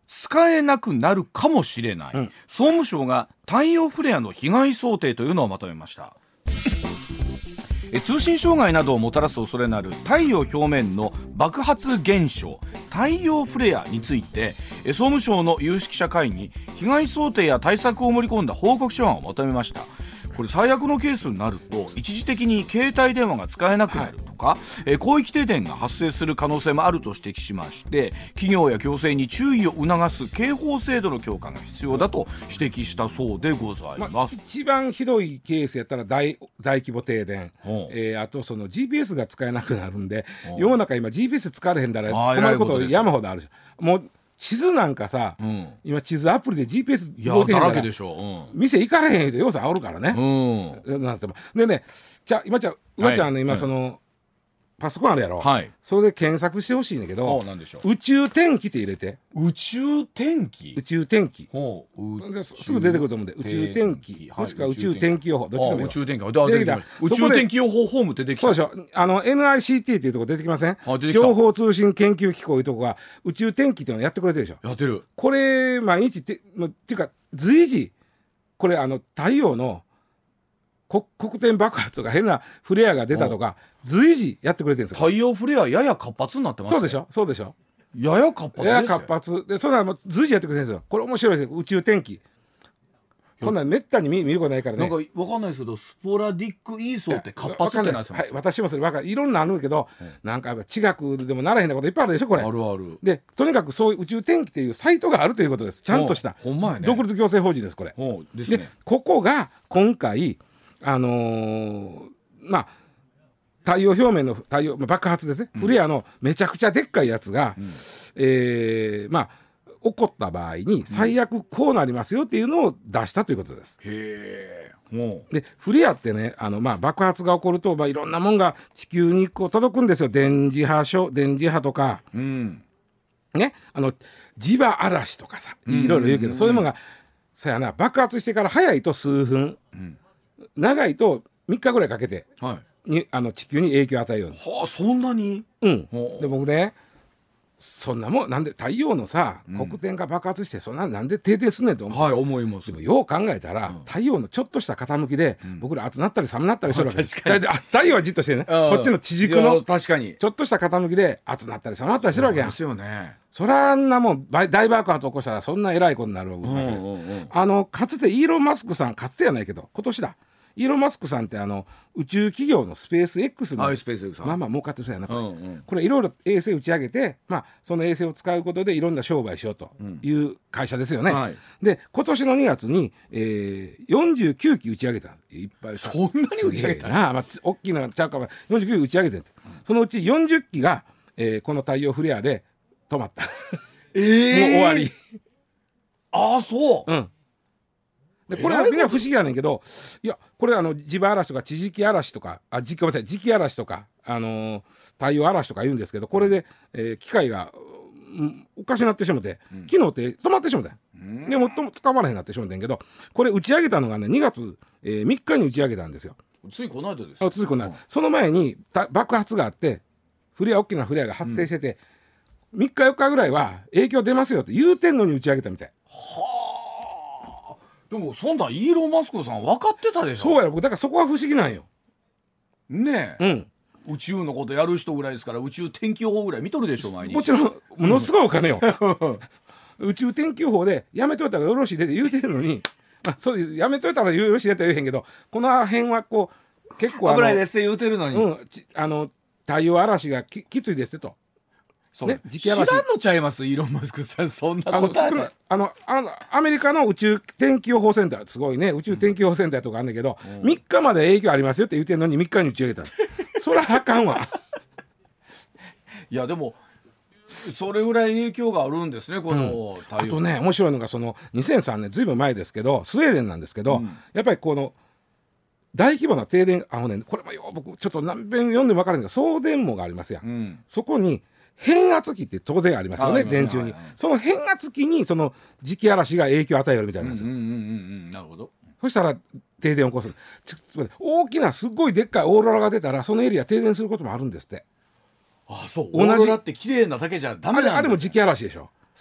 使えなくなるかもしれない、うん、総務省が太陽フレアの被害想定というのをまとめました。え通信障害などをもたらす恐れのある太陽表面の爆発現象、太陽フレアについて総務省の有識者会議に被害想定や対策を盛り込んだ報告書案をまとめました。これ最悪のケースになると一時的に携帯電話が使えなくなるとか、はい、え広域停電が発生する可能性もあると指摘しまして、企業や行政に注意を促す警報制度の強化が必要だと指摘したそうでございます、まあ、 一番ひどいケースやったら 大, 大規模停電、えー、あとその ジーピーエス が使えなくなるんで、世の中今 ジーピーエス 使われへんだら困ること山ほどあるし、もう地図なんかさ、うん、今地図アプリで ジーピーエス 動いてへんからでしょ、うん、 店行かれへん人要素あるからね、うん、なってもでね、じゃあ今ちゃん今ちゃんね、今その、はい、パソコンあるやろ、はい、それで検索してほしいんだけど、宇宙天気って入れて、 宇宙天気宇宙天気ほうですぐ出てくると思うんで、宇宙天気もしくは宇宙天気予報、どっちでもいいよ。宇宙天気出てきた。宇宙天気予報ホーム出てきた。 そうでしょ、あの エヌアイシーティー っていうとこ出てきません？情報通信研究機構いうとこが宇宙天気っていうのやってくれてるでしょ。 やってる。 これ毎日ってっていうか随時これあの太陽の黒点爆発とか変なフレアが出たとか随時やってくれてるんですよ。 太陽フレアやや活発になってますね。 そうでしょそうでしょやや活発ですよ。 やや活発で、そんなの随時やってくれてるんですよ。これ面白いですよ、宇宙天気。こんなんめったに 見, 見ることないからね。 なんかわかんないですけど、スポラディックイーソーって活発ってなってます。 はい、私もそれ分かる。いろんなあるけど、うん、なんか地学でもならへんなこといっぱいあるでしょこれ。 あるある。 でとにかくそういう宇宙天気っていうサイトがあるということです。ちゃんとした、 ほんまやね、 独立行政法人ですこれ。 ですね、 でここが今回あのー、まあ太陽表面の太陽、まあ、爆発ですね、うん、フレアのめちゃくちゃでっかいやつが、うん、えー、まあ起こった場合に最悪こうなりますよっていうのを出したということです。 うん、へー。 でフレアってね、あの、まあ、爆発が起こると、まあ、いろんなもんが地球にこう届くんですよ。電磁波小電磁波とか、うん、ね、あの磁場嵐とかさ、いろいろ言うけど、うん、そういうものがそやな、爆発してから早いと数分、うん、長いとみっかぐらいかけて、はい、にあの地球に影響を与えよう。 はあ、そんなに。 うん。で僕ね、そんなもんなんで太陽のさ、うん、黒点が爆発してそんななんで停電すんねんと思う。 はい、思います。 でもよう考えたら、うん、太陽のちょっとした傾きで、うん、僕ら熱なったり寒なったりするわけです。 確かに。 太陽はじっとしてね、こっちの地軸の確かにちょっとした傾きで熱なったり寒なったりするわけやん。 ですよね。 そらんなもん大爆発起こしたらそんな偉いことになるわけです。うんうんうん、あのかつてイーロン・マスクさん、かつてやないけど今年だ、イーロン・マスクさんってあの宇宙企業のスペース X の、 はい、スペース X、 まあまあ儲かってそうやな、これ、うんうん、これいろいろ衛星打ち上げて、まあ、その衛星を使うことでいろんな商売しようという会社ですよね、うん、はい、で今年のにがつに、えー、よんじゅうきゅうき打ち上げた。いっぱいそんなに打ち上げたな、まあ、大きなちゃうかよんじゅうきゅうき打ち上げて、うん、そのうちよんじゅっきが、えー、この太陽フレアで止まったえー、 もう終わり。 ああそう、 うん、でこれはみんな不思議やねんけど、いやこれあの磁場嵐とか地磁気嵐とか、あ磁気ごめんなさい磁気嵐とか、あのー、太陽嵐とか言うんですけど、これで、えー、機械が、うん、おかしなってしもて、うん、昨日って止まってしもた、うん、でもっとも捕まらへんなってしもてんけど、これ打ち上げたのがねにがつ、えー、みっかに打ち上げたんですよ。 ついこの間ですか。 ついこの間、うん、その前に爆発があってフレア大きなフレアが発生してて、うん、みっかよっかぐらいは影響出ますよって言うてんのに打ち上げたみたい。 はあ。でもそんなイーロン・マスクさん分かってたでしょ。 そうやろ、僕だからそこは不思議なんよねえ、 うん、 宇宙のことやる人ぐらいですから宇宙天気予報ぐらい見とるでしょ毎日。 もちろんものすごいお金よ宇宙天気予報でやめといた方がよろしいでって言うてるのに、まあ、そうやめといたらよろしいでって言えへんけど、この辺はこう結構危ないですって言うてるのに、 うん、あの太陽嵐が き, きついですってと。 ね、知らんのちゃいます、イーロン・マスクさん。そんなことある。 あのあのアメリカの宇宙天気予報センターすごいね、宇宙天気予報センターとかあるんだけど、うん、みっかまで影響ありますよって言ってんのにみっかに打ち上げたそれはあかんわいやでもそれぐらい影響があるんですねこの太陽、 うん、あとね面白いのがそのにせんさんねんずいぶん前ですけどスウェーデンなんですけど、うん、やっぱりこの大規模な停電、あのねこれもよ僕ちょっと何遍読んでも分からないけど送電網がありますやん、うん、そこに変圧器って当然ありますよね、電柱に、はいはい、その変圧器にその磁気嵐が影響を与えるみたいなんですよ。 なるほど。 そしたら停電を起こす。大きなすっごいでっかいオーロラが出たらそのエリア停電することもあるんですって。 ああそう、オーロラって綺麗なだけじゃダメなんだ、ね、 あれ、あれも磁気嵐でしょ。 そう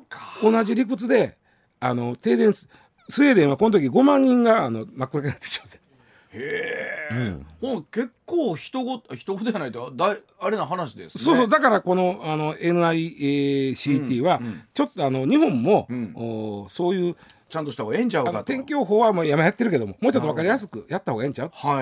同じ理屈であの停電スウェーデンはこの時ごまんにんがあの真っ暗になってしまって。 へえ、うん、もう結構人ご人ごとじゃないとだいあれな話ですね。 そうそう、だからこの、あの エヌアイシーティー は、うんうん、ちょっとあの日本も、うん、おそういうちゃんとした方がええんちゃうかと。 天気予報はもう山やってるけども、もうちょっと分かりやすくやった方がええんちゃう。 はい。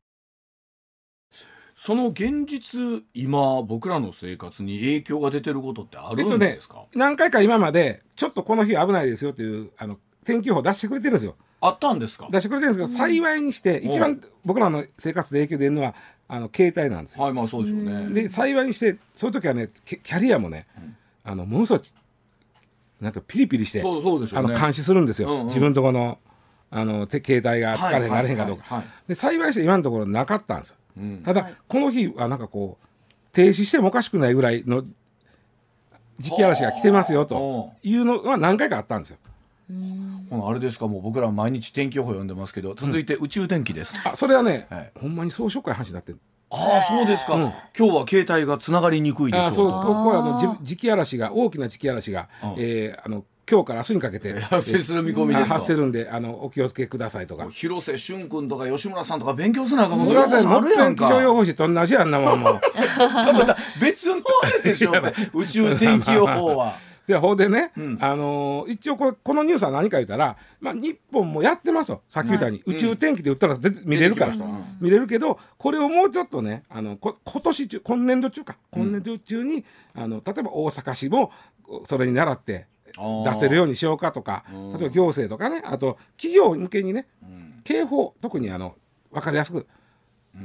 その現実今僕らの生活に影響が出てることってあるんですか？ えっとね、何回か今までちょっとこの日危ないですよというあの天気予報出してくれてるんですよ。 あったんですか？ 出してくれてるんですけど、幸いにして一番僕らの生活で影響出るのはあの携帯なんですよ。 はい、まあそうでしょうね。 で幸いにしてそういう時はねキャリアもね、うん、あのものすごいなんかピリピリして、 そうそうでしょうね、 あの監視するんですよ、うんうん、自分のところのあの携帯が疲れへんなれへんかどうか、はいはいはいはい、で幸いして今のところなかったんですよ、うん、ただ、はい、この日はなんかこう停止してもおかしくないぐらいの磁気嵐が来てますよというのは何回かあったんですよ。 このあれですか、もう僕ら毎日天気予報読んでますけど、続いて宇宙天気です、 うん、あそれはね、はい、ほんまにそうしようか話になってる。 ああそうですか、うん、今日は携帯がつながりにくいでしょうか。 あそうここはあの磁気嵐が大きな磁気嵐が、うんえー、あの今日から明日にかけて発生する見込みですと。 発生るんであのお気をつけくださいとか。 広瀬俊君とか吉村さんとか勉強せなあかんことあるやんか。気象予報士と同じやんなもんもうまた別のあれでしょ宇宙天気予報は。 でほうでね、うんあのー、一応これこのニュースは何か言ったら、まあ、日本もやってますよさっき言ったように、はい、宇宙天気で言ったら出て見れるから、うん、見れるけどこれをもうちょっとねあのこ今年中今年度中か今年度中に、うん、あの例えば大阪市もそれに倣って出せるようにしようかとか、例えば行政とかね、あと企業向けにね、うん、警報特にあの分かりやすく、うん、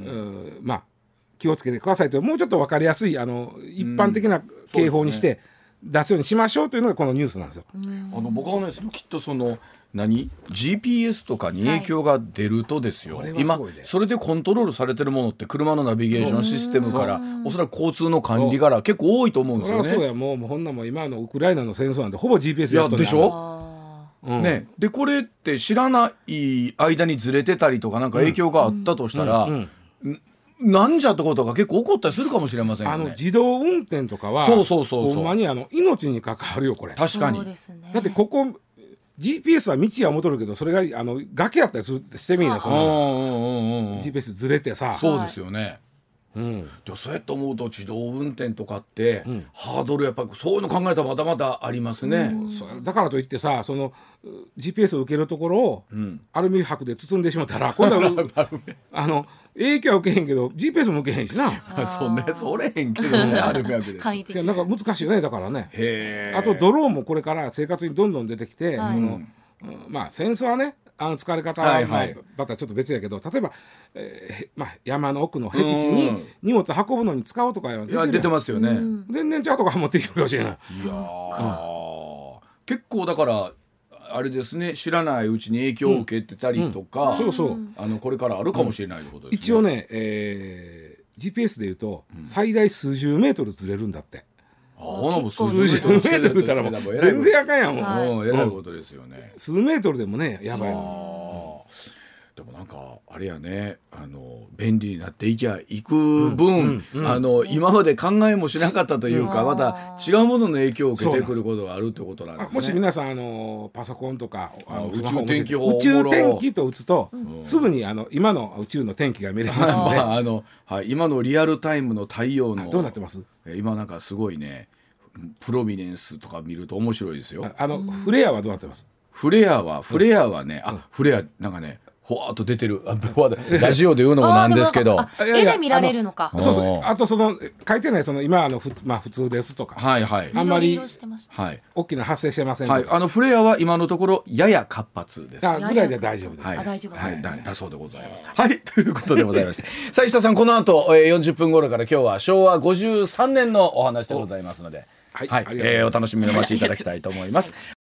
まあ気をつけてくださいともうちょっと分かりやすいあの一般的な警報にして、うん出すようにしましょうというのがこのニュースなんですよ。 あの僕はねきっとその何 ジーピーエス とかに影響が出るとですよ、はい、今それでコントロールされてるものって車のナビゲーションシステムからおそらく交通の管理から結構多いと思うんですよね。 そりゃそうやもうもうほんなも今のウクライナの戦争なんてほぼ ジーピーエス やっとるでしょ、うんね、でこれって知らない間にずれてたりとかなんか影響があったとしたら、うんうんうんなんじゃってことが結構起こったりするかもしれませんよね。 あの自動運転とかはそうそうそうそうほんまにあの命に関わるよこれ。 確かに、 ですね、 だってここ ジーピーエス は道は戻るけどそれがあの崖やったりするってしてみんなその ジーピーエス ずれてさそうですよね、うん、でもそうやって思うと自動運転とかって、うん、ハードルやっぱりそういうの考えたらまだまだありますね、 うん、だからといってさその ジーピーエス を受けるところを、うん、アルミ箔で包んでしまったら今度はあの影響は受けへんけど ジーピーエス も受けへんしなそんなやつおれへんけどねアルミ箔でいやなんか難しいよねだからね。へあとドローンもこれから生活にどんどん出てきて、はい、そのうん、まあ戦争はねあの使われ方は、はいはい、またちょっと別やけど例えば、えーまあ、山の奥の僻地に荷物運ぶのに使おうとかいや出てますよね。 全然ちゃうとか持ってきるかもしれない。 いやー、うん、結構だからあれですね知らないうちに影響を受けてたりとか、 うんうん、そうそうあのこれからあるかもしれないってことですね、 一応ね、えー、ジーピーエス でいうと、うん、最大数十メートルずれるんだって。 ああ数十メートルったらもう全然あかんやんもう、 はい、えらいことですよね、 うん、数メートルでもねやばい。 でもなんかあれやねあの便利になっていきゃいく分、うんうん、あの今まで考えもしなかったというか、うん、また違うものの影響を受けてくることがあるってことなんですね。 もし皆さんあのパソコンとかあの宇宙天気宇宙天気と打つと、うん、すぐにあの今の宇宙の天気が見れますので、 あの、はい、今のリアルタイムの太陽のどうなってます？ 今なんかすごいねプロミネンスとか見ると面白いですよ。 ああのフレアはどうなってます？ フレアはフレアはね、うん、あフレアなんかねほわーっと出てるあラジオで言うのもなんですけど絵で見られるのか。 そうそうあとその書いてないその今あのふ、まあ、普通ですとか、 はいはい、 あんまり、 はい、 大きな発生してませんとか、 はい、あのフレアは今のところやや活発です。 あぐらいで大丈夫です。 はい、 あ大丈夫です、 はい、だ, だそうでございます。はいということでございましてさあ石田さんこの後、えー、よんじゅっぷん頃から今日はしょうわごじゅうさんねんのお話でございますので、はいはい、えー、お楽しみにお待ちいただきたいと思います。